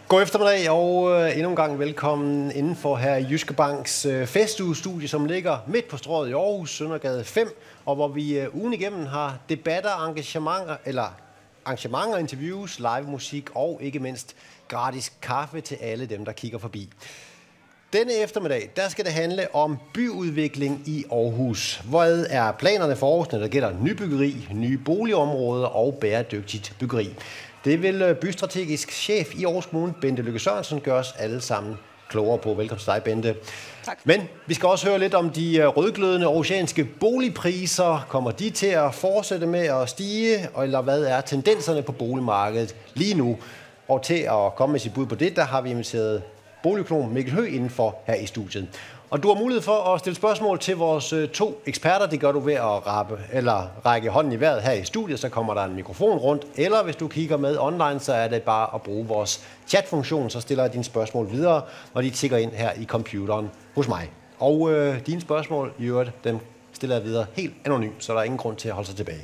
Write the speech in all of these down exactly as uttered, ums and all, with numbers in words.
God eftermiddag og øh, endnu en gang velkommen indenfor her i Jyske Banks øh, festuge-studie, som ligger midt på Strøget i Aarhus, Søndergade fem, og hvor vi øh, ugen igennem har debatter, engagementer, eller arrangementer, interviews, live musik og ikke mindst gratis kaffe til alle dem, der kigger forbi. Denne eftermiddag, der skal det handle om byudvikling i Aarhus. Hvad er planerne for Aarhus, når der gælder nybyggeri, nye boligområder og bæredygtigt byggeri? Det vil bystrategisk chef i Aarhus Kommune, Bente Lykke Sørensen, gøre os alle sammen klogere på. Velkommen til dig, Bente. Tak. Men vi skal også høre lidt om de rødglødende aarhusianske boligpriser. Kommer de til at fortsætte med at stige, eller hvad er tendenserne på boligmarkedet lige nu? Og til at komme med sit bud på det, der har vi inviteret boligøkonom Mikkel Høgh indenfor her i studiet. Og du har mulighed for at stille spørgsmål til vores to eksperter. Det gør du ved at rappe, eller række hånden i vejret her i studiet, så kommer der en mikrofon rundt. Eller hvis du kigger med online, så er det bare at bruge vores chatfunktion, så stiller jeg dine spørgsmål videre, og de tikker ind her i computeren hos mig. Og øh, dine spørgsmål, i øvrigt, dem stiller jeg videre helt anonymt, så der er ingen grund til at holde sig tilbage.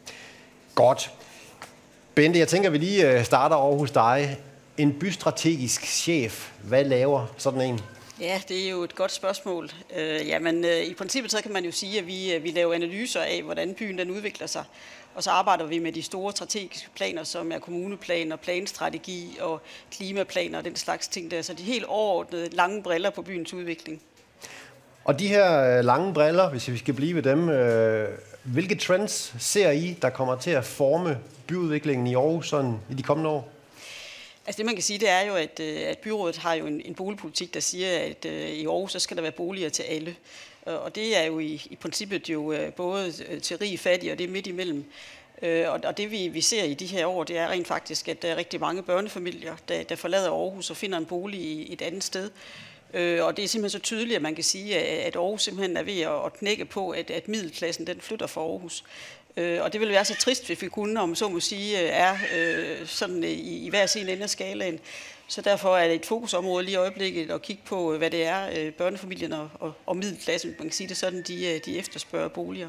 Godt. Bente, jeg tænker, vi lige starter over hos dig. En bystrategisk chef, hvad laver sådan en? Ja, det er jo et godt spørgsmål. Øh, jamen, øh, i princippet så kan man jo sige, at vi, vi laver analyser af, hvordan byen den udvikler sig. Og så arbejder vi med de store strategiske planer, som er kommuneplaner, planstrategi og klimaplaner og den slags ting der. Så de helt overordnede lange briller på byens udvikling. Og de her lange briller, hvis vi skal blive ved dem, øh, hvilke trends ser I, der kommer til at forme byudviklingen i Aarhus sådan i de kommende år? Altså det man kan sige, det er jo, at, at byrådet har jo en, en boligpolitik, der siger, at uh, i Aarhus så skal der være boliger til alle. Og det er jo i, i princippet jo uh, både til rig og fattig, og det er midt imellem. Uh, og, og det vi, vi ser i de her år, det er rent faktisk, at der er rigtig mange børnefamilier, der, der forlader Aarhus og finder en bolig i et andet sted. Uh, og det er simpelthen så tydeligt, at man kan sige, at Aarhus simpelthen er ved at knække på, at, at middelklassen den flytter fra Aarhus. Og det ville være så trist, hvis vi kunne, om så må sige, er øh, sådan i, i hver sin ende af skalaen. Så derfor er det et fokusområde lige i øjeblikket at kigge på, hvad det er, øh, børnefamilierne og, og, og middelklassen, man kan sige det sådan, de, de efterspørger boliger.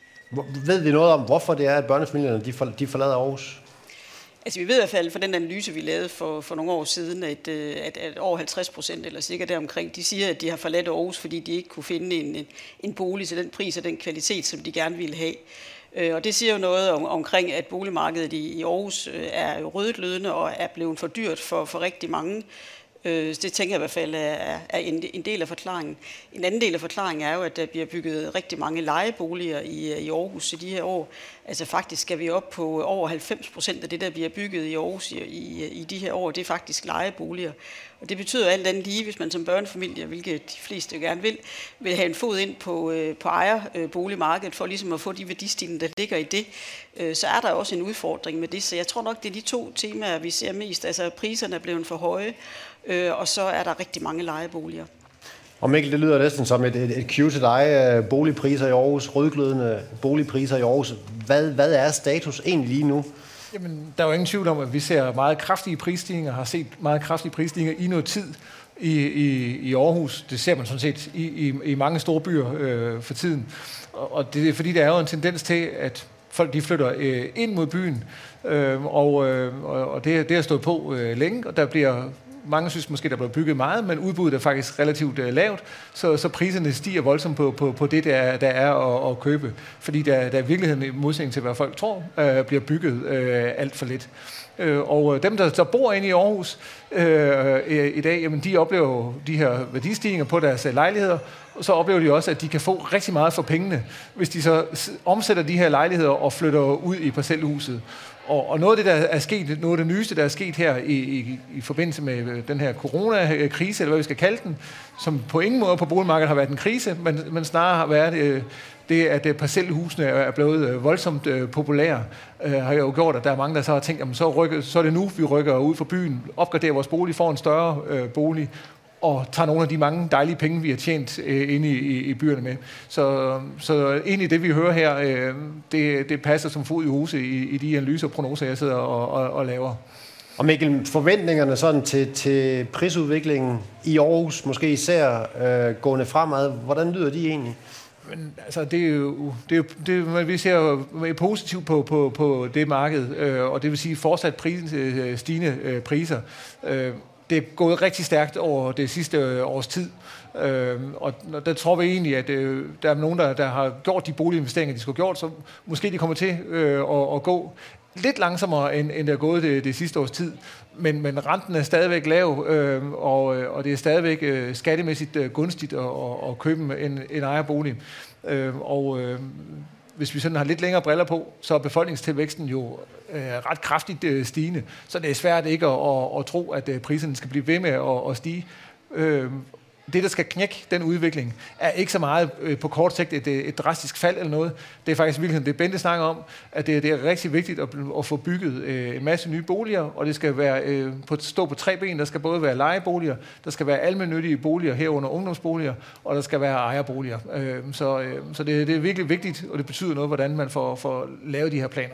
Ved vi noget om, hvorfor det er, at børnefamilierne de, for, de forlader Aarhus? Altså vi ved i hvert fald fra den analyse, vi lavede for, for nogle år siden, at, at, at over halvtreds procent eller cirka deromkring, de siger, at de har forladt Aarhus, fordi de ikke kunne finde en, en, en bolig til den pris og den kvalitet, som de gerne ville have. Og det siger jo noget om, omkring, at boligmarkedet i, i Aarhus er rødglødende og er blevet for dyrt for, for rigtig mange. Det tænker jeg i hvert fald er, er en, en del af forklaringen. En anden del af forklaringen er jo, at der bliver bygget rigtig mange lejeboliger i, i Aarhus i de her år. Altså faktisk skal vi op på over halvfems procent af det, der bliver bygget i Aarhus i, i, i de her år. Det er faktisk lejeboliger. Og det betyder alt andet lige, hvis man som børnefamilie, hvilket de fleste gerne vil, vil have en fod ind på, på ejerboligmarkedet for ligesom at få de værdistigninger, der ligger i det, så er der også en udfordring med det. Så jeg tror nok, det er de to temaer, vi ser mest. Altså priserne er blevet for høje, og så er der rigtig mange lejeboliger. Og Mikkel, det lyder næsten som et, et, et cue til dig. Boligpriser i Aarhus, rødglødende boligpriser i Aarhus. Hvad, hvad er status egentlig lige nu? Jamen, der er jo ingen tvivl om, at vi ser meget kraftige prisstigninger, har set meget kraftige prisstigninger i noget tid i, i, i Aarhus. Det ser man sådan set i, i, i mange store byer øh, for tiden. Og, og det er fordi, der er jo en tendens til, at folk de flytter øh, ind mod byen, øh, og, øh, og det, det har stået på øh, længe, og der bliver... Mange synes måske, der bliver bygget meget, men udbuddet er faktisk relativt uh, lavt, så, så priserne stiger voldsomt på, på, på det, der, der er at, at købe. Fordi der, der er i virkeligheden, i modsætning til, hvad folk tror, uh, bliver bygget uh, alt for lidt. Uh, og dem, der, der bor inde i Aarhus uh, i dag, jamen, de oplever de her værdistigninger på deres uh, lejligheder, og så oplever de også, at de kan få rigtig meget for pengene, hvis de så omsætter de her lejligheder og flytter ud i parcelhuset. Og, og noget af det, der er sket, noget af det nyeste, der er sket her i, i, i forbindelse med den her coronakrise, eller hvad vi skal kalde den, som på ingen måde på boligmarkedet har været en krise, men, men snarere har været øh, det, at parcelhusene er blevet øh, voldsomt øh, populære, øh, har jo gjort, at der er mange, der så har tænkt, jamen, så, rykker, så er det nu, vi rykker ud fra byen, opgraderer vores bolig, får en større øh, bolig, og tager nogle af de mange dejlige penge, vi har tjent øh, inde i, i, i byerne med. Så, så egentlig det, vi hører her, øh, det, det passer som fod i huse i, i de analyser og prognoser, jeg sidder og, og, og laver. Og Mikkel, forventningerne sådan til, til prisudviklingen i Aarhus, måske især øh, gående fremad, hvordan lyder de egentlig? Men altså, det er jo, det er jo, det er, vi ser jo positivt på, på, på det marked, øh, og det vil sige fortsat pris, øh, stigende øh, priser. Øh, det er gået rigtig stærkt over det sidste års tid. Øh, og der tror vi egentlig, at øh, der er nogen, der, der har gjort de boliginvesteringer, de skulle have gjort, så måske de kommer til øh, at, at gå lidt langsommere, end, end det er gået det, det sidste års tid. Men, men renten er stadigvæk lav, øh, og, og det er stadigvæk øh, skattemæssigt øh, gunstigt at, at, at købe en, en ejerbolig. Øh, og øh, hvis vi sådan har lidt længere briller på, så er befolkningstilvæksten jo øh, ret kraftigt øh, stigende. Så det er svært ikke at, at, at tro, at øh, priserne skal blive ved med at, at stige. Øh, Det, der skal knække den udvikling, er ikke så meget øh, på kort sigt et, et drastisk fald eller noget. Det er faktisk virkelig det, Bente snakker om, at det, det er rigtig vigtigt at, at få bygget øh, en masse nye boliger, og det skal være, øh, på, stå på tre ben. Der skal både være lejeboliger, der skal være almennyttige boliger, herunder ungdomsboliger, og der skal være ejerboliger. Øh, så øh, så det, det er virkelig vigtigt, og det betyder noget, hvordan man får, får lavet de her planer.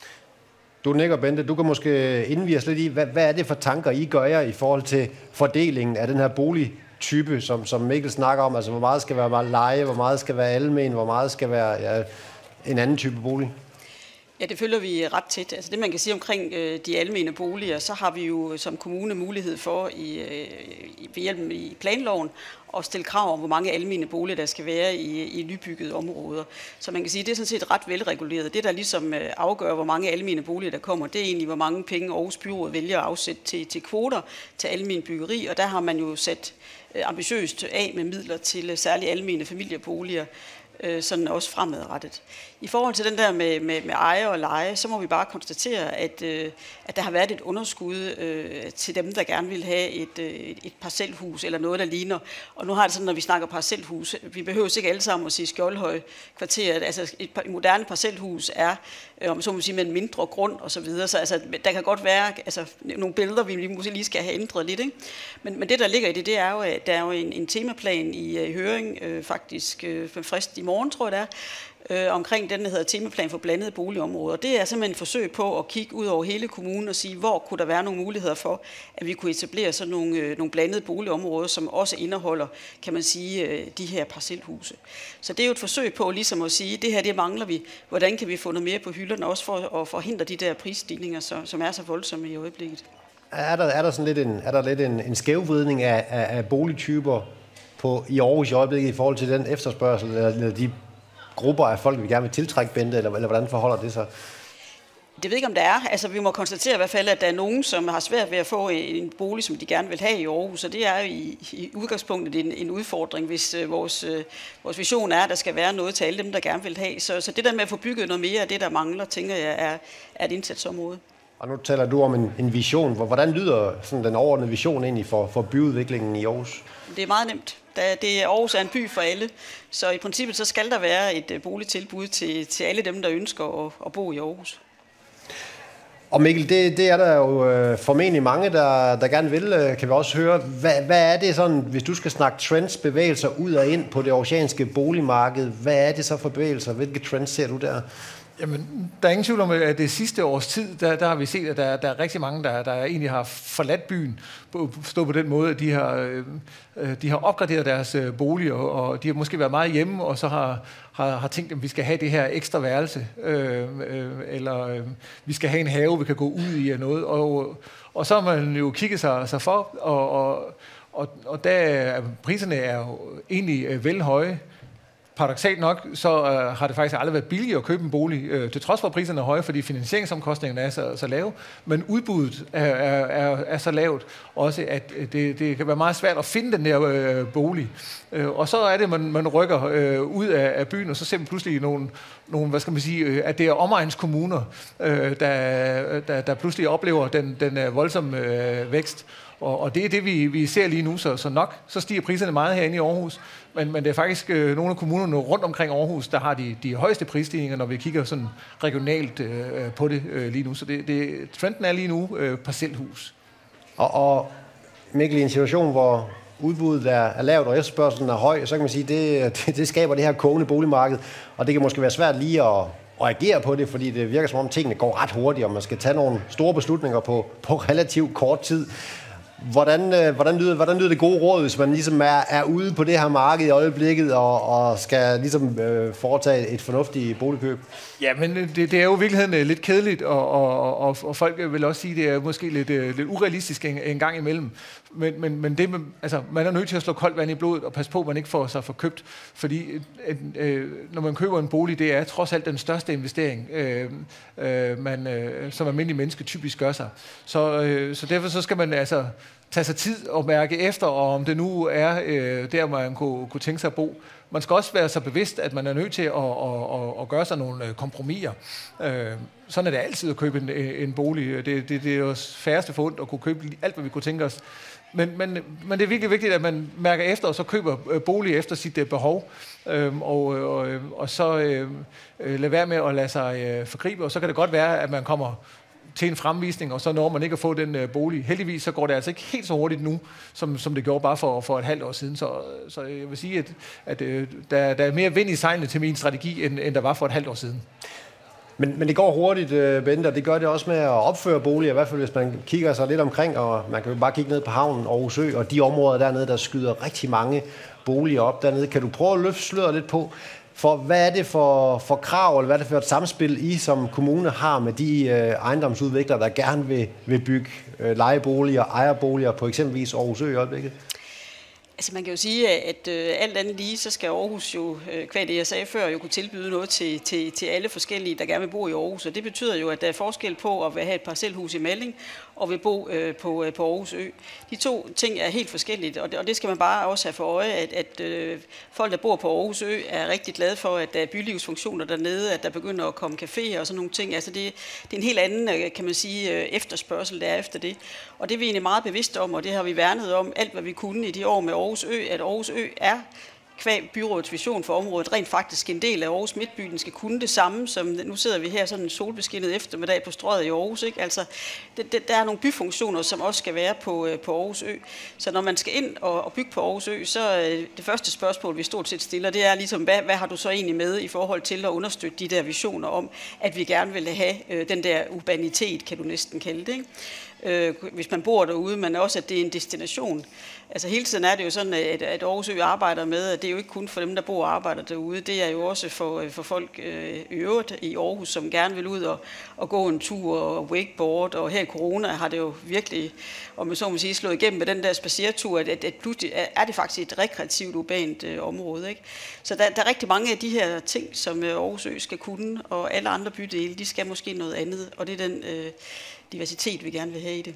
Du nikker, Bente. Du kan måske indvige os lidt i, hvad, hvad er det for tanker, I gør jer i forhold til fordelingen af den her bolig type, som, som Mikkel snakker om, altså hvor meget skal være meget leje, hvor meget skal være almen, hvor meget skal være ja, en anden type bolig? Ja, det følger vi ret tæt. Altså det, man kan sige omkring øh, de almene boliger, så har vi jo som kommune mulighed for i, øh, ved hjælp i planloven at stille krav om, hvor mange almene boliger der skal være i, i nybyggede områder. Så man kan sige, at det er sådan set ret velreguleret. Det, der ligesom øh, afgør, hvor mange almene boliger der kommer, det er egentlig, hvor mange penge Aarhus Byråd vælger at afsætte til, til kvoter til almen byggeri, og der har man jo sat øh, ambitiøst af med midler til øh, særligt almene familieboliger, sådan også fremadrettet. I forhold til den der med, med, med eje og leje, så må vi bare konstatere, at, øh, at der har været et underskud øh, til dem, der gerne vil have et, øh, et parcelhus eller noget, der ligner. Og nu har det sådan, når vi snakker parcelhus, vi behøver ikke alle sammen at sige Skjoldhøj kvarteret. Altså et, et moderne parcelhus er, øh, om så må sige, med en mindre grund og så videre. Så altså, der kan godt være altså, nogle billeder, vi måske lige skal have ændret lidt. Ikke? Men, men det, der ligger i det, det er jo, at der er jo en, en temaplan i uh, høring, øh, faktisk øh, for frist i morgen, tror jeg det er, Øh, omkring den, der hedder temaplan for blandede boligområder. Det er simpelthen et forsøg på at kigge ud over hele kommunen og sige, hvor kunne der være nogle muligheder for, at vi kunne etablere sådan nogle, øh, nogle blandede boligområder, som også indeholder, kan man sige, øh, de her parcelhuse. Så det er jo et forsøg på ligesom at sige, det her det mangler vi. Hvordan kan vi få noget mere på hylderne, også for at forhindre de der prisstigninger, så, som er så voldsomme i øjeblikket. Er der, er der sådan lidt en, er der lidt en, en skævvridning af, af, af boligtyper på, i Aarhus i øjeblikket i forhold til den efterspørgsel, eller de grupper af folk, vi gerne vil tiltrække, Bente, eller, eller hvordan forholder det sig? Det ved ikke, om der er. Altså, vi må konstatere i hvert fald, at der er nogen, som har svært ved at få en bolig, som de gerne vil have i Aarhus, og det er jo i, i udgangspunktet en, en udfordring, hvis uh, vores, uh, vores vision er, at der skal være noget til alle dem, der gerne vil have. Så, så det der med at få bygget noget mere af det, der mangler, tænker jeg, er, er et indsatsområde. Og nu taler du om en, en vision. Hvordan lyder sådan den overordnede vision egentlig for, for byudviklingen i Aarhus? Det er meget nemt. Det er, Aarhus er en by for alle, så i princippet så skal der være et boligtilbud til, til alle dem, der ønsker at, at bo i Aarhus. Og Mikkel, det, det er der jo øh, formentlig mange, der, der gerne vil, øh, kan vi også høre. Hvad, hvad er det sådan, hvis du skal snakke trends, bevægelser ud og ind på det aarhusianske boligmarked, hvad er det så for bevægelser? Hvilke trends ser du der? Jamen, der er ingen tvivl om, at det sidste års tid, der, der har vi set, at der, der er rigtig mange, der, der egentlig har forladt byen, på, stå på den måde, at de har, øh, de har opgraderet deres øh, boliger, og de har måske været meget hjemme, og så har, har, har tænkt, at vi skal have det her ekstra værelse, øh, øh, eller øh, vi skal have en have, vi kan gå ud i, og noget. Og, og så har man jo kigget sig, sig for, og, og, og, og der, priserne er jo egentlig øh, vel høje. Paradoksalt nok, så øh, har det faktisk aldrig været billigt at købe en bolig, øh, til trods for, at priserne er høje, fordi finansieringsomkostningerne er så, så lave, men udbuddet er, er, er, er så lavt også, at det, det kan være meget svært at finde den der øh, bolig. Øh, og så er det, man, man rykker øh, ud af, af byen, og så ser man pludselig nogle, nogle hvad skal man sige, øh, at det er omegnskommuner, øh, der, der, der pludselig oplever den, den voldsomme øh, vækst. Og, og det er det, vi, vi ser lige nu, så, så nok så stiger priserne meget herinde i Aarhus, men, men det er faktisk øh, nogle af kommunerne rundt omkring Aarhus, der har de, de højeste prisstigninger, når vi kigger sådan regionalt øh, på det øh, lige nu. Så det, det, trenden er lige nu øh, parcelhus. Og, og Mikkel, i en situation, hvor udbuddet er, er lavt, og efterspørgselen er høj, så kan man sige, det, det, det skaber det her kogende boligmarked, og det kan måske være svært lige at og agere på det, fordi det virker som om tingene går ret hurtigt, og man skal tage nogle store beslutninger på, på relativt kort tid. Hvordan, øh, hvordan, lyder, hvordan lyder det gode råd, hvis man ligesom er, er ude på det her marked i øjeblikket og, og skal ligesom øh, foretage et fornuftigt boligkøb? Ja, men det, det er jo i virkeligheden lidt kedeligt, og, og, og, og folk vil også sige, at det er måske lidt, lidt urealistisk en, en gang imellem. Men, men, men det, altså, man er nødt til at slå koldt vand i blodet og passe på, at man ikke får sig for købt. Fordi øh, øh, når man køber en bolig, det er trods alt den største investering, øh, øh, man, øh, som almindelig menneske typisk gør sig. Så, øh, så derfor så skal man altså tage sig tid og mærke efter, og om det nu er øh, der, man kunne, kunne tænke sig at bo. Man skal også være så bevidst, at man er nødt til at, at, at, at gøre sig nogle kompromiser. Øh, sådan er det altid at købe en, en bolig. Det, det, det er jo færreste for ondt at kunne købe alt, hvad vi kunne tænke os. Men, men, men det er virkelig vigtigt, at man mærker efter, og så køber bolig efter sit behov. Øh, og, og, og så øh, lade være med at lade sig øh, forgribe. Og så kan det godt være, at man kommer til en fremvisning, og så når man ikke at få den øh, bolig. Heldigvis så går det altså ikke helt så hurtigt nu, som, som det gjorde bare for, for et halvt år siden. Så, så jeg vil sige, at, at øh, der, der er mere vind i sejlene til min strategi, end, end der var for et halvt år siden. Men, men det går hurtigt, øh, Bente, og det gør det også med at opføre boliger, i hvert fald hvis man kigger sig lidt omkring, og man kan jo bare kigge ned på havnen og Aarhus Ø, og de områder dernede, der skyder rigtig mange boliger op dernede. Kan du prøve at løfte sløret lidt på, for hvad er det for, for krav, eller hvad er det for et samspil, I som kommune har med de øh, ejendomsudviklere, der gerne vil, vil bygge øh, lejeboliger, ejerboliger på eksempelvis Aarhus Ø i øjeblikket? Altså man kan jo sige, at øh, alt andet lige, så skal Aarhus jo, øh, hvad det jeg sagde før, jo kunne tilbyde noget til, til, til alle forskellige, der gerne vil bo i Aarhus. Og det betyder jo, at der er forskel på at have et parcelhus i Malling og vil bo øh, på, øh, på Aarhus Ø. De to ting er helt forskelligt, og det, og det skal man bare også have for øje, at, at øh, folk, der bor på Aarhus Ø, er rigtig glade for, at der er bylivsfunktioner dernede, at der begynder at komme caféer og sådan nogle ting. Altså det, det er en helt anden, kan man sige, efterspørgsel, der er efter det. Og det er vi egentlig meget bevidste om, og det har vi værnet om alt, hvad vi kunne i de år med Aarhus Ø, at Aarhus Ø er kvæg byrådets vision for området rent faktisk en del af Aarhus Midtby. Den skal kunne det samme, som nu sidder vi her sådan en solbeskinnet eftermiddag på Strøget i Aarhus. Ikke? Altså, det, det, der er nogle byfunktioner, som også skal være på, på Aarhus Ø. Så når man skal ind og, og bygge på Aarhus Ø, så det første spørgsmål, vi stort set stiller, det er ligesom, hvad, hvad har du så egentlig med i forhold til at understøtte de der visioner om, at vi gerne vil have øh, den der urbanitet, kan du næsten kalde det, ikke? Øh, hvis man bor derude, men også, at det er en destination. Altså hele tiden er det jo sådan, at, at Aarhus Ø arbejder med, at det er jo ikke kun for dem, der bor og arbejder derude, det er jo også for, for folk øh, øvrigt i Aarhus, som gerne vil ud og, og gå en tur og wakeboard, og her i corona har det jo virkelig, om man så må sige, slået igennem med den der spacertur, at, at, at pludselig er det faktisk et rekreativt, urbant øh, område, ikke? Så der, der er rigtig mange af de her ting, som Aarhus Ø skal kunne, og alle andre bydele, de skal måske noget andet, og det er den øh, diversitet, vi gerne vil have i det.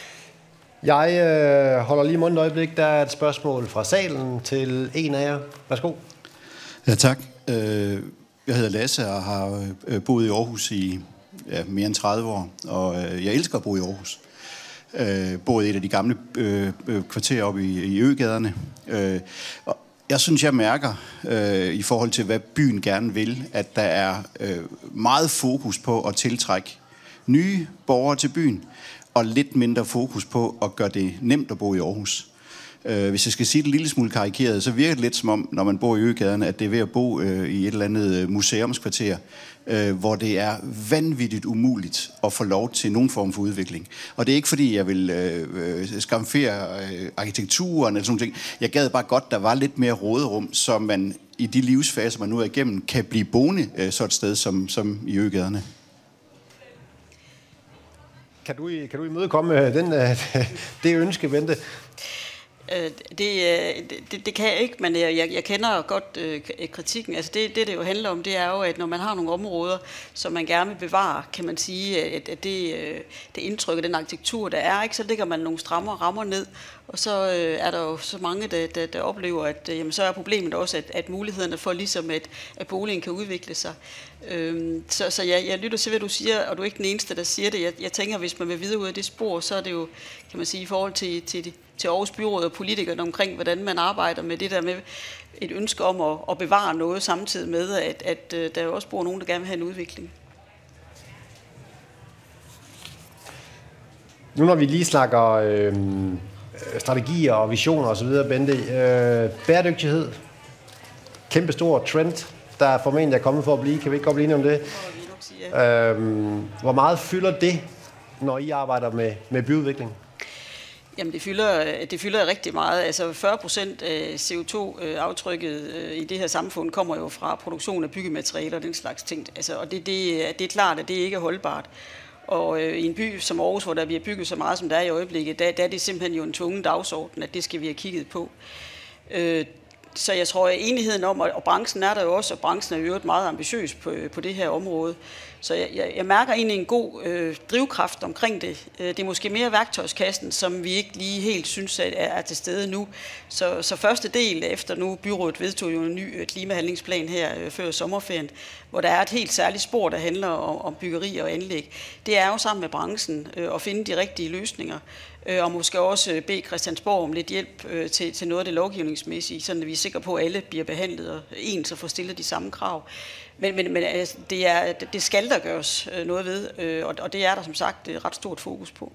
Jeg øh, holder lige munden et øjeblik. Der er et spørgsmål fra salen til en af jer. Værsgo. Ja, tak. Jeg hedder Lasse og har boet i Aarhus i ja, mere end tredive år, og jeg elsker at bo i Aarhus. Boet i et af de gamle kvarterer oppe i, i Øgaderne. Og jeg synes, jeg mærker i forhold til, hvad byen gerne vil, at der er meget fokus på at tiltrække nye borgere til byen, og lidt mindre fokus på at gøre det nemt at bo i Aarhus. Øh, hvis jeg skal sige det en lille smule karikeret, så virker det lidt som om, når man bor i Øgaderne, at det er ved at bo øh, i et eller andet museumskvarter, øh, hvor det er vanvittigt umuligt at få lov til nogen form for udvikling. Og det er ikke fordi, jeg vil øh, skamfere øh, arkitekturen eller sådan noget. Jeg gad bare godt, der var lidt mere råderum, så man i de livsfaser, man nu er igennem, kan blive boende øh, så et sted som, som i Øgaderne. Kan du, kan du imødekomme den, det ønske, Bente? Det, det, det kan jeg ikke, men jeg, jeg kender godt øh, kritikken. Altså det, det, det jo handler om, det er jo, at når man har nogle områder, som man gerne vil bevare, kan man sige, at, at det, det indtryk af den arkitektur, der er, ikke, så lægger man nogle stramme rammer ned, og så øh, er der jo så mange, der, der, der oplever, at jamen, så er problemet også, at, at mulighederne for ligesom, at, at boligen kan udvikle sig. Øhm, så så jeg, jeg lytter til, hvad du siger, og du er ikke den eneste, der siger det. Jeg, jeg tænker, hvis man vil videre ud af det spor, så er det jo, kan man sige, i forhold til, til, til Aarhus Byråd og politikerne omkring, hvordan man arbejder med det der med et ønske om at, at bevare noget, samtidig med, at, at, at der jo også bor nogen, der gerne vil have en udvikling. Nu når vi lige snakker øh, strategier og visioner osv., Bente, øh, bæredygtighed, kæmpestor trend, der formentlig er kommet for at blive. Kan vi ikke godt blive enige om det? Øh, hvor meget fylder det, når I arbejder med, med byudvikling? Jamen det fylder, det fylder rigtig meget. Altså fyrre procent af C O to aftrykket i det her samfund kommer jo fra produktion af byggematerialer og den slags ting. Altså, og det, det, det er klart, at det ikke er holdbart. Og øh, i en by som Aarhus, hvor der bliver bygget så meget, som der er i øjeblikket, der, der er det simpelthen jo en tvungen dagsorden, at det skal vi have kigget på. Øh, så jeg tror, at enigheden om, og branchen er der jo også, og branchen er jo øvrigt meget ambitiøs på, på det her område. Så jeg, jeg, jeg mærker egentlig en god øh, drivkraft omkring det. Det er måske mere værktøjskassen, som vi ikke lige helt synes er, er til stede nu. Så, så første del efter nu, byrådet vedtog jo en ny klimahandlingsplan her øh, før sommerferien, hvor der er et helt særligt spor, der handler om, om byggeri og anlæg. Det er jo sammen med branchen øh, at finde de rigtige løsninger, øh, og måske også bede Christiansborg om lidt hjælp øh, til, til noget af det lovgivningsmæssige, så vi er sikre på, at alle bliver behandlet ens og får stillet de samme krav. Men, men, men altså, det, er, det skal der gøres noget ved, øh, og, og det er der som sagt et ret stort fokus på.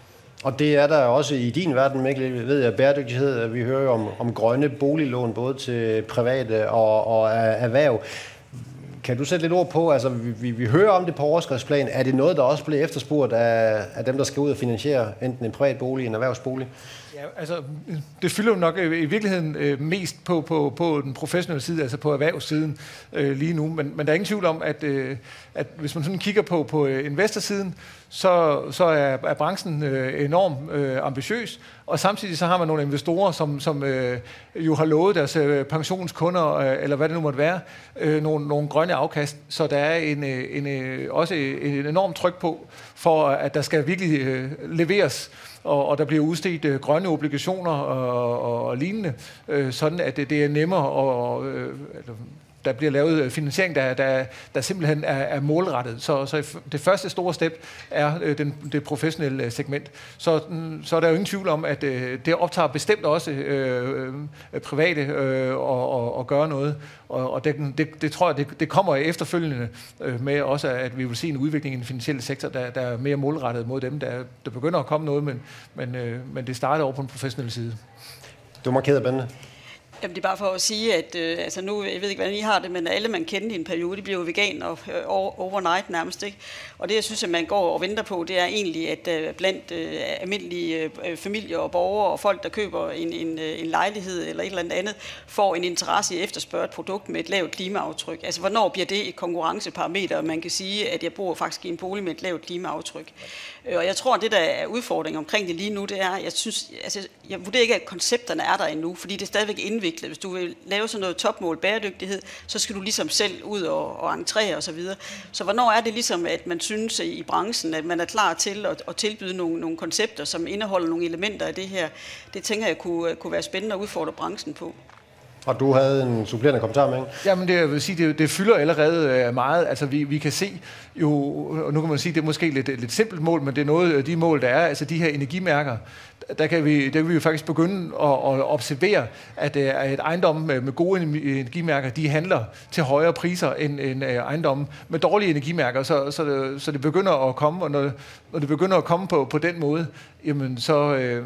Og det er der også i din verden, Mikkel, ved jeg, bæredygtighed. Vi hører jo om, om grønne boliglån, både til private og, og erhverv. Kan du sætte lidt ord på, altså vi, vi, vi hører om det på overskridsplan. Er det noget, der også bliver efterspurgt af, af dem, der skal ud og finansiere enten en privat bolig, en erhvervsbolig? Ja, altså, det fylder jo nok i virkeligheden øh, mest på, på, på den professionelle side, altså på erhvervssiden øh, lige nu. Men, men der er ingen tvivl om, at, øh, at hvis man sådan kigger på, på investorsiden, så, så er, er branchen øh, enormt øh, ambitiøs. Og samtidig så har man nogle investorer, som, som øh, jo har lovet deres øh, pensionskunder, øh, eller hvad det nu måtte være, øh, nogle, nogle grønne afkast. Så der er en, en, en, også et enormt tryk på, for at der skal virkelig øh, leveres, og, og der bliver udstedt øh, grønne obligationer og, og, og lignende, øh, sådan at det, det er nemmere, og øh, der bliver lavet finansiering, der, der, der simpelthen er, er målrettet. Så, så det første store step er øh, den, det professionelle segment. Så, så er der jo ingen tvivl om, at øh, det optager bestemt også øh, øh, private øh, og, og, og gøre noget. Og, og det, det, det tror jeg, det, det kommer efterfølgende øh, med også, at vi vil se en udvikling i den finansielle sektor, der, der er mere målrettet mod dem, der, der begynder at komme noget, men, men, øh, men det starter over på den professionelle side. Du markerer Bente. Jamen det er bare for at sige, at øh, altså nu, jeg ved ikke, hvordan I har det, men alle, man kendte i en periode, de bliver jo veganer øh, overnight nærmest, ikke? Og det, jeg synes, at man går og venter på, det er egentlig, at øh, blandt øh, almindelige øh, familier og borgere og folk, der køber en, en, en lejlighed eller et eller andet, får en interesse i at efterspørge et produkt med et lavt klimaaftryk. Altså, hvornår bliver det et konkurrenceparameter, man kan sige, at jeg bor faktisk i en bolig med et lavt klimaaftryk? Og jeg tror, at det, der er udfordringen omkring det lige nu, det er, jeg synes, altså, jeg vurderer ikke, at koncepterne er der endnu, fordi det er stadigvæk indviklet. Hvis du vil lave sådan noget topmål bæredygtighed, så skal du ligesom selv ud og, og entrere og så videre. Så hvornår er det ligesom, at man synes i branchen, at man er klar til at, at tilbyde nogle, nogle koncepter, som indeholder nogle elementer af det her? Det tænker jeg kunne, kunne være spændende at udfordre branchen på. Og du havde en supplerende kommentar med, ikke? Jamen, det, jeg vil sige, det, det fylder allerede meget. Altså, vi, vi kan se jo, og nu kan man sige, det er måske lidt, lidt simpelt mål, men det er noget af de mål, der er, altså de her energimærker, der kan vi, der kan vi jo faktisk begynde at, at observere, at, at ejendomme med, med gode energimærker, de handler til højere priser end, end ejendomme med dårlige energimærker, så, så, det, så det begynder at komme, og når, når det begynder at komme på, på den måde, jamen så, øh,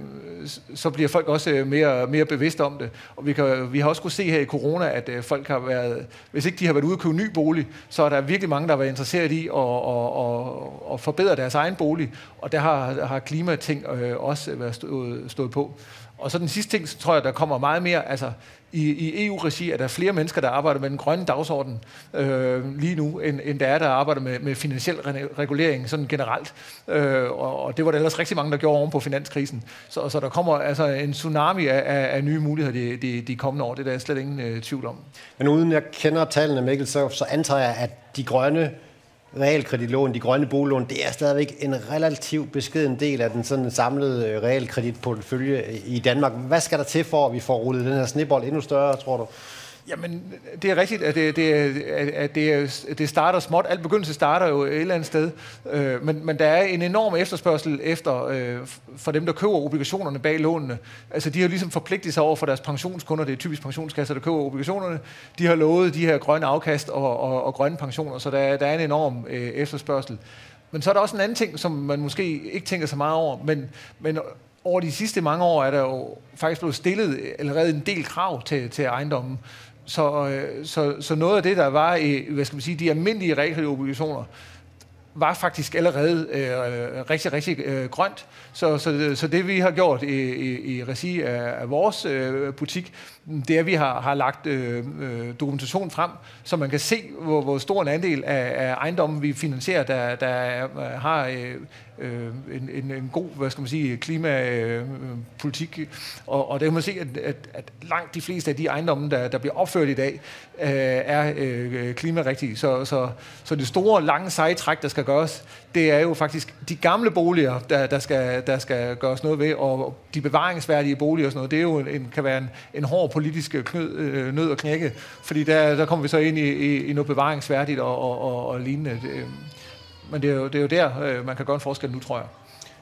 så bliver folk også mere, mere bevidste om det. Og vi, kan, vi har også kunne se her i corona, at folk har været, hvis ikke de har været ude og købe ny bolig, så er der virkelig mange, der har været interesseret i at, at, at, at forbedre deres egen bolig, og der har, har klimating øh, også været stået, stået på. Og så den sidste ting, så tror jeg, der kommer meget mere, altså i, i E U-regi er der flere mennesker, der arbejder med den grønne dagsorden øh, lige nu, end, end der er, der arbejder med, med finansiel regulering sådan generelt. Øh, og, og det var der ellers rigtig mange, der gjorde oven på finanskrisen. Så, så der kommer altså en tsunami af, af, af nye muligheder de, de, de kommende år. Det er der slet ingen øh, tvivl om. Men uden jeg kender tallene, Mikkel, så, så antager jeg, at de grønne realkreditlån, de grønne boliglån, det er stadigvæk en relativt beskeden del af den sådan samlede realkreditportefølje i Danmark. Hvad skal der til for, at vi får rullet den her snebold endnu større, tror du? Jamen, det er rigtigt, at det, det, at det, det starter småt. Alt begyndelse starter jo et eller andet sted. Øh, men, men der er en enorm efterspørgsel efter, øh, for dem, der køber obligationerne bag lånene. Altså, de har ligesom forpligtet sig over for deres pensionskunder. Det er typisk pensionskasser, der køber obligationerne. De har lovet de her grønne afkast og, og, og grønne pensioner, så der, der er en enorm øh, efterspørgsel. Men så er der også en anden ting, som man måske ikke tænker så meget over, men, men over de sidste mange år er der jo faktisk blevet stillet allerede en del krav til, til ejendommen. Så, så, så noget af det, der var i, hvad skal man sige, de almindelige realkreditobligationer, var faktisk allerede øh, rigtig, rigtig øh, grønt. Så, så, så det vi har gjort i, i, i regi af, af vores øh, butik, det er, at vi har, har lagt øh, dokumentation frem, så man kan se, hvor, hvor stor en andel af, af ejendommen vi finansierer, der, der har øh, en, en, en god, hvad skal man sige, klimapolitik. Øh, og, og der kan man se, at, at, at langt de fleste af de ejendomme, der, der bliver opført i dag, øh, er øh, klimarigtige. Så, så, så det store, lange sejtræk, der skal gøres, det er jo faktisk de gamle boliger, der, der, skal, der skal gøres noget ved, og de bevaringsværdige boliger og sådan noget, det er jo en, kan være en, en hård politisk knød, øh, nød at knække, fordi der, der kommer vi så ind i, i, i noget bevaringsværdigt og, og, og, og lignende. Men det er, jo, det er jo der, man kan gøre en forskel nu, tror jeg.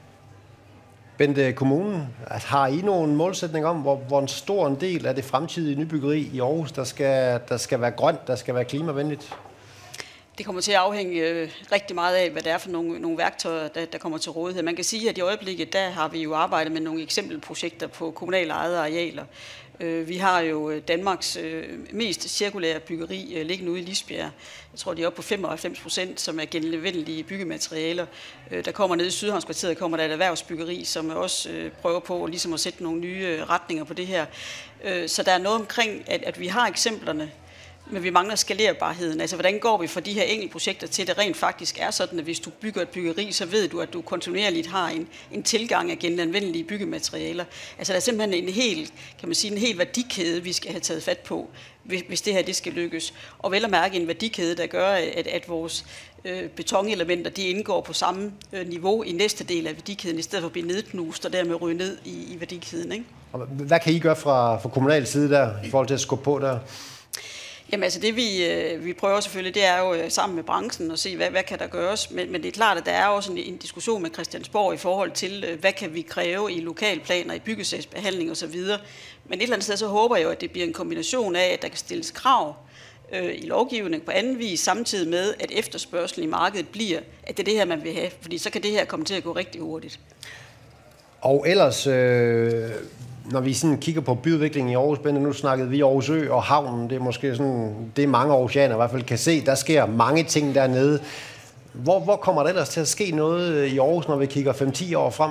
Bente, kommunen, har I nogen målsætning om, hvor, hvor en stor en del af det fremtidige nybyggeri i Aarhus, der skal, der skal være grønt, der skal være klimavenligt? Det kommer til at afhænge øh, rigtig meget af, hvad det er for nogle, nogle værktøjer, der, der kommer til rådighed. Man kan sige, at i øjeblikket, der har vi jo arbejdet med nogle eksempelprojekter på kommunale ejede arealer. Øh, vi har jo Danmarks øh, mest cirkulære byggeri øh, liggende ude i Lisbjerg. Jeg tror, de er oppe på femoghalvfems procent, som er genanvendelige byggematerialer. Øh, der kommer nede i Sydhavnskvarteret, kommer der et erhvervsbyggeri, som også øh, prøver på ligesom at sætte nogle nye øh, retninger på det her. Øh, så der er noget omkring, at, at vi har eksemplerne, men vi mangler skalerbarheden. Altså, hvordan går vi fra de her enkelte projekter til, det rent faktisk er sådan, at hvis du bygger et byggeri, så ved du, at du kontinuerligt har en, en tilgang af genanvendelige byggematerialer. Altså, der er simpelthen en hel, kan man sige, en hel værdikæde, vi skal have taget fat på, hvis, hvis det her det skal lykkes. Og vel at mærke en værdikæde, der gør, at, at vores øh, betonelementer, de indgår på samme øh, niveau i næste del af værdikæden, i stedet for at blive nedknust og dermed ryge ned i, i værdikæden, ikke? Og hvad kan I gøre fra, fra kommunal side der, i forhold til at skubbe på der? Jamen altså det vi, øh, vi prøver selvfølgelig, det er jo øh, sammen med branchen at se, hvad, hvad kan der gøres. Men, men det er klart, at der er også en, en diskussion med Christiansborg i forhold til, øh, hvad kan vi kræve i lokalplaner, i byggesagsbehandling osv. Men et eller andet sted så håber jeg jo, at det bliver en kombination af, at der kan stilles krav øh, i lovgivning på anden vis, samtidig med, at efterspørgselen i markedet bliver, at det er det her, man vil have. Fordi så kan det her komme til at gå rigtig hurtigt. Og ellers... Øh Når vi sådan kigger på byudviklingen i Aarhus, Bente, nu snakkede vi Aarhus Ø og havnen, det er måske sådan, det mange aarhusianere i hvert fald kan se, der sker mange ting dernede. Hvor, hvor kommer der ellers til at ske noget i Aarhus, når vi kigger fem til ti år frem?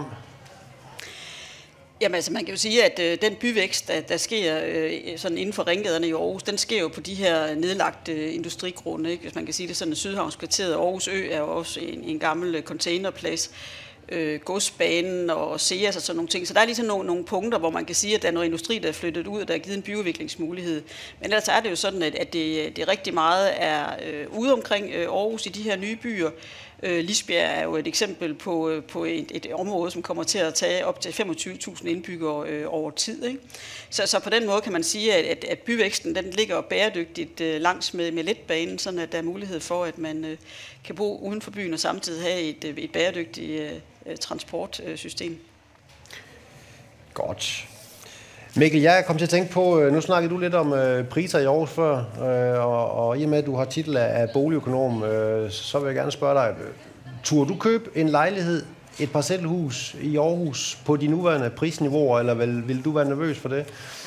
Jamen altså man kan jo sige, at øh, den byvækst, der, der sker øh, sådan inden for ringgaderne i Aarhus, den sker jo på de her nedlagte øh, industrigrunde, ikke? Hvis man kan sige det sådan, Sydhavnskvarteret og Aarhus Ø er jo også en, en gammel containerplads. Øh, godsbanen og Seas og sådan nogle ting. Så der er ligesom nogle, nogle punkter, hvor man kan sige, at der er noget industri, der er flyttet ud, og der er givet en byudviklingsmulighed. Men ellers er det jo sådan, at, at det, det rigtig meget er øh, ude omkring øh, Aarhus i de her nye byer. Øh, Lisbjerg er jo et eksempel på, øh, på et, et område, som kommer til at tage op til femogtyve tusind indbyggere øh, over tid, ikke? Så, så på den måde kan man sige, at, at, at byvæksten den ligger bæredygtigt øh, langs med, med letbanen, sådan at der er mulighed for, at man øh, kan bo uden for byen og samtidig have et, et bæredygtigt øh, transportsystem. Godt. Mikkel, jeg kom til at tænke på, nu snakkede du lidt om øh, priser i Aarhus før, øh, og, og i og med, at du har titel af, af boligøkonom, øh, så vil jeg gerne spørge dig, turde du købe en lejlighed, et parcelhus i Aarhus på de nuværende prisniveauer, eller vil, vil du være nervøs for det?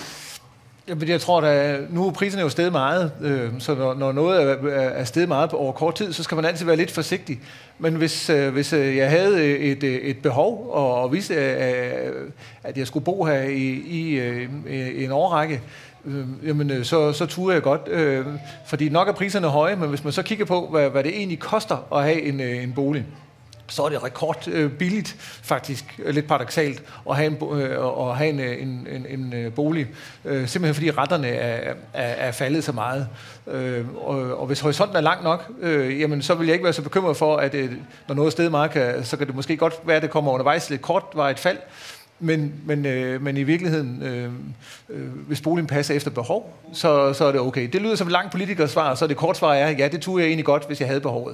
Jeg tror, at nu er priserne jo steget meget, øh, så når, når noget er, er steget meget over kort tid, så skal man altid være lidt forsigtig. Men hvis, øh, hvis jeg havde et, et behov, og, og vidste, at jeg skulle bo her i, i, i en årrække, øh, jamen, så, så turde jeg godt. Øh, fordi nok er priserne høje, men hvis man så kigger på, hvad, hvad det egentlig koster at have en, en bolig, så er det rekord øh, billigt, faktisk, lidt paradoksalt, at have en, øh, at have en, en, en, en bolig. Øh, simpelthen fordi retterne er, er, er faldet så meget. Øh, og, og hvis horisonten er lang nok, øh, jamen, så vil jeg ikke være så bekymret for, at øh, når noget er steget meget, kan, så kan det måske godt være, at det kommer undervejs lidt kortvarigt fald. Men, men, øh, men i virkeligheden, øh, øh, hvis boligen passer efter behov, så, så er det okay. Det lyder som et langt politikersvar, så det kortsvar er, ja, det turde jeg egentlig godt, hvis jeg havde behovet.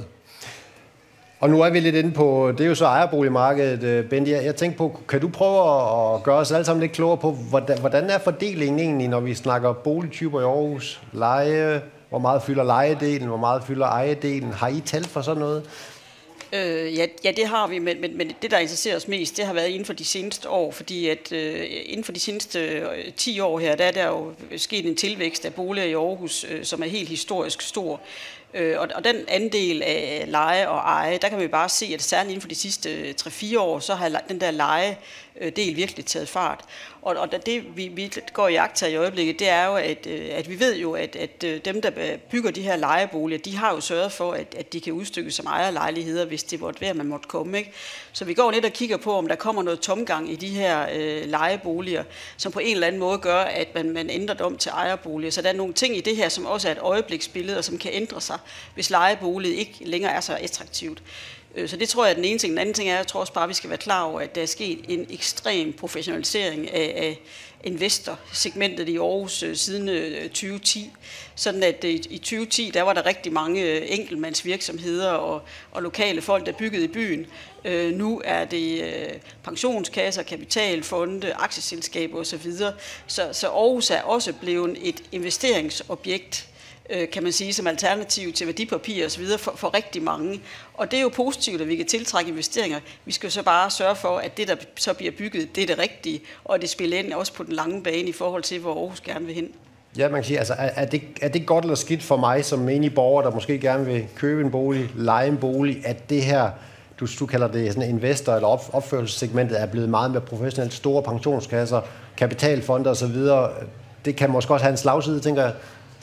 Og nu er vi lidt inde på, det er jo så ejerboligmarkedet, Bente. Jeg, jeg tænker på, kan du prøve at gøre os alle sammen lidt klogere på, hvordan, hvordan er fordelingen egentlig, når vi snakker boligtyper i Aarhus? Leje, hvor meget fylder lejedelen, hvor meget fylder ejedelen? Har I tal for sådan noget? Øh, ja, ja, det har vi, men, men, men det, der interesserer os mest, det har været inden for de seneste år, fordi at øh, inden for de seneste øh, ti år her, der er der jo sket en tilvækst af boliger i Aarhus, øh, som er helt historisk stor. Øh, og, og den andel af leje og eje, der kan vi bare se, at særligt inden for de sidste tre fire år, så har den der leje-del virkelig taget fart. Og, og det, vi, vi går i jagt i øjeblikket, det er jo, at, at vi ved jo, at, at dem, der bygger de her lejeboliger, de har jo sørget for, at, at de kan udstykkes som ejerlejligheder, hvis det måtte være, man måtte komme. Ikke? Så vi går lidt og kigger på, om der kommer noget tomgang i de her øh, lejeboliger, som på en eller anden måde gør, at man, man ændrer det om til ejerboliger. Så der er nogle ting i det her, som også er et øjebliksbillede, og som kan ændre sig, hvis lejeboliget ikke længere er så attraktivt. Så det tror jeg er den ene ting. Den anden ting er, at jeg tror også bare, at vi skal være klar over, at der er sket en ekstrem professionalisering af, af investorsegmentet i Aarhus siden tyve ti. Sådan at i tyve ti, der var der rigtig mange enkeltmandsvirksomheder og, og lokale folk, der byggede i byen. Nu er det pensionskasser, kapitalfonde, aktieselskaber osv. Så, så Aarhus er også blevet et investeringsobjekt, kan man sige, som alternativ til værdipapirer osv. For, for rigtig mange. Og det er jo positivt, at vi kan tiltrække investeringer. Vi skal så bare sørge for, at det, der så bliver bygget, det er det rigtige, og det spiller ind også på den lange bane i forhold til, hvor Aarhus gerne vil hen. Ja, man kan sige, altså, er, er, det, er det godt eller skidt for mig som menig borger, der måske gerne vil købe en bolig, leje en bolig, at det her, du, du kalder det sådan investor- eller op, opførelsessegmentet, er blevet meget mere professionelt, store pensionskasser, kapitalfonder osv., det kan måske også have en slagside, tænker jeg.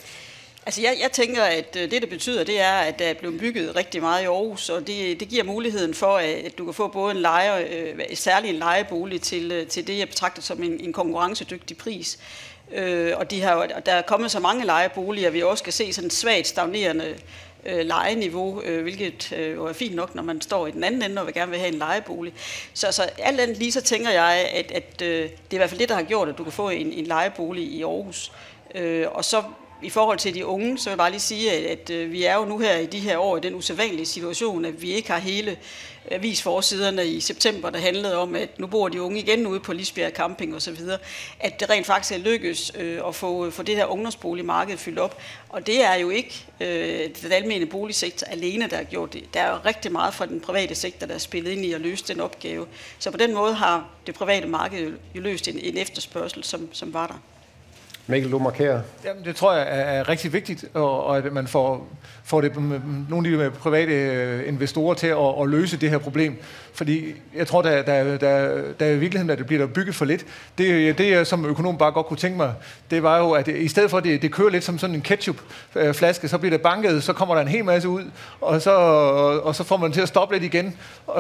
Altså jeg, jeg tænker, at det, der betyder, det er, at der er blevet bygget rigtig meget i Aarhus, og det, det giver muligheden for, at du kan få både en leje, øh, særlig en lejebolig til, til det, jeg betragter som en, en konkurrencedygtig pris. Øh, og, de har, og der er kommet så mange lejeboliger, at vi også kan se sådan et svagt stagnerende øh, lejeniveau, øh, hvilket øh, er fint nok, når man står i den anden ende og vil gerne vil have en lejebolig. Så, så alt andet lige så tænker jeg, at, at øh, det er i hvert fald det, der har gjort, at du kan få en, en lejebolig i Aarhus. Øh, og så i forhold til de unge, så vil jeg bare lige sige, at, at vi er jo nu her i de her år i den usædvanlige situation, at vi ikke har hele avisforsiderne i september, der handlede om, at nu bor de unge igen ude på Lisbjerg Camping osv., at det rent faktisk er lykkedes øh, at få, få det her ungdomsboligmarked fyldt op. Og det er jo ikke øh, den almene boligsektor alene, der har gjort det. Der er jo rigtig meget fra den private sektor, der er spillet ind i at løse den opgave. Så på den måde har det private marked jo løst en, en efterspørgsel, som, som var der. Mikkel, du markerer. Jamen, det tror jeg er rigtig vigtigt, og, og at man får, får det, nogle af de private investorer til at, at løse det her problem. Fordi jeg tror, der, der, der, der i virkeligheden, at det bliver der bygget for lidt. Det, det jeg som økonom bare godt kunne tænke mig, det var jo, at i stedet for, at det, det kører lidt som sådan en ketchupflaske, så bliver det banket, så kommer der en hel masse ud, og så, og så får man til at stoppe lidt igen.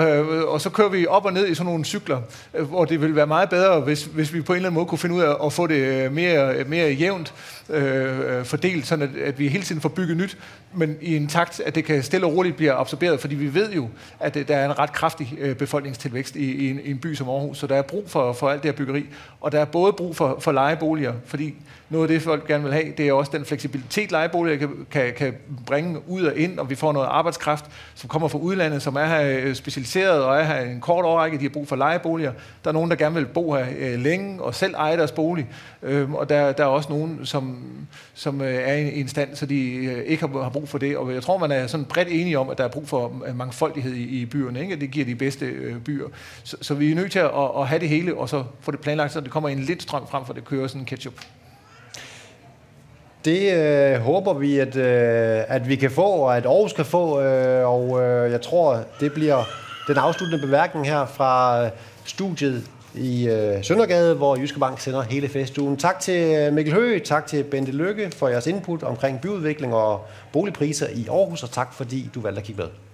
Og så kører vi op og ned i sådan nogle cykler, hvor det ville være meget bedre, hvis, hvis vi på en eller anden måde kunne finde ud af at få det mere, mere jævnt øh, fordelt, sådan at, at vi hele tiden får bygget nyt, men i en takt, at det kan stille og roligt blive absorberet, fordi vi ved jo, at der er en ret kraftig befolkningstilvækst i, i, en, i en by som Aarhus, så der er brug for, for alt det her byggeri, og der er både brug for, for lejeboliger, fordi noget af det, folk gerne vil have, det er også den fleksibilitet, lejeboliger kan, kan, kan bringe ud og ind, og vi får noget arbejdskraft, som kommer fra udlandet, som er her specialiseret og er her en kort årrække, de har brug for lejeboliger. Der er nogen, der gerne vil bo her øh, længe og selv eje deres bolig, øh, og der, der er også nogen, som, som øh, er i en stand, så de øh, ikke har, har brug for det, og jeg tror, man er sådan bredt enige om, at der er brug for mangfoldighed i, i byerne, ikke? Det giver de bedste øh, byer. Så, så vi er nødt til at, at have det hele, og så få det planlagt, så det kommer en lidt strøm frem, for det kører sådan en ketchup. Det øh, håber vi, at, øh, at vi kan få, og at Aarhus kan få, øh, og øh, jeg tror, det bliver den afsluttende bemærkning her fra studiet i øh, Søndergade, hvor Jyske Bank sender hele festugen. Tak til Mikkel Høgh, tak til Bente Lykke for jeres input omkring byudvikling og boligpriser i Aarhus, og tak fordi du valgte at kigge med.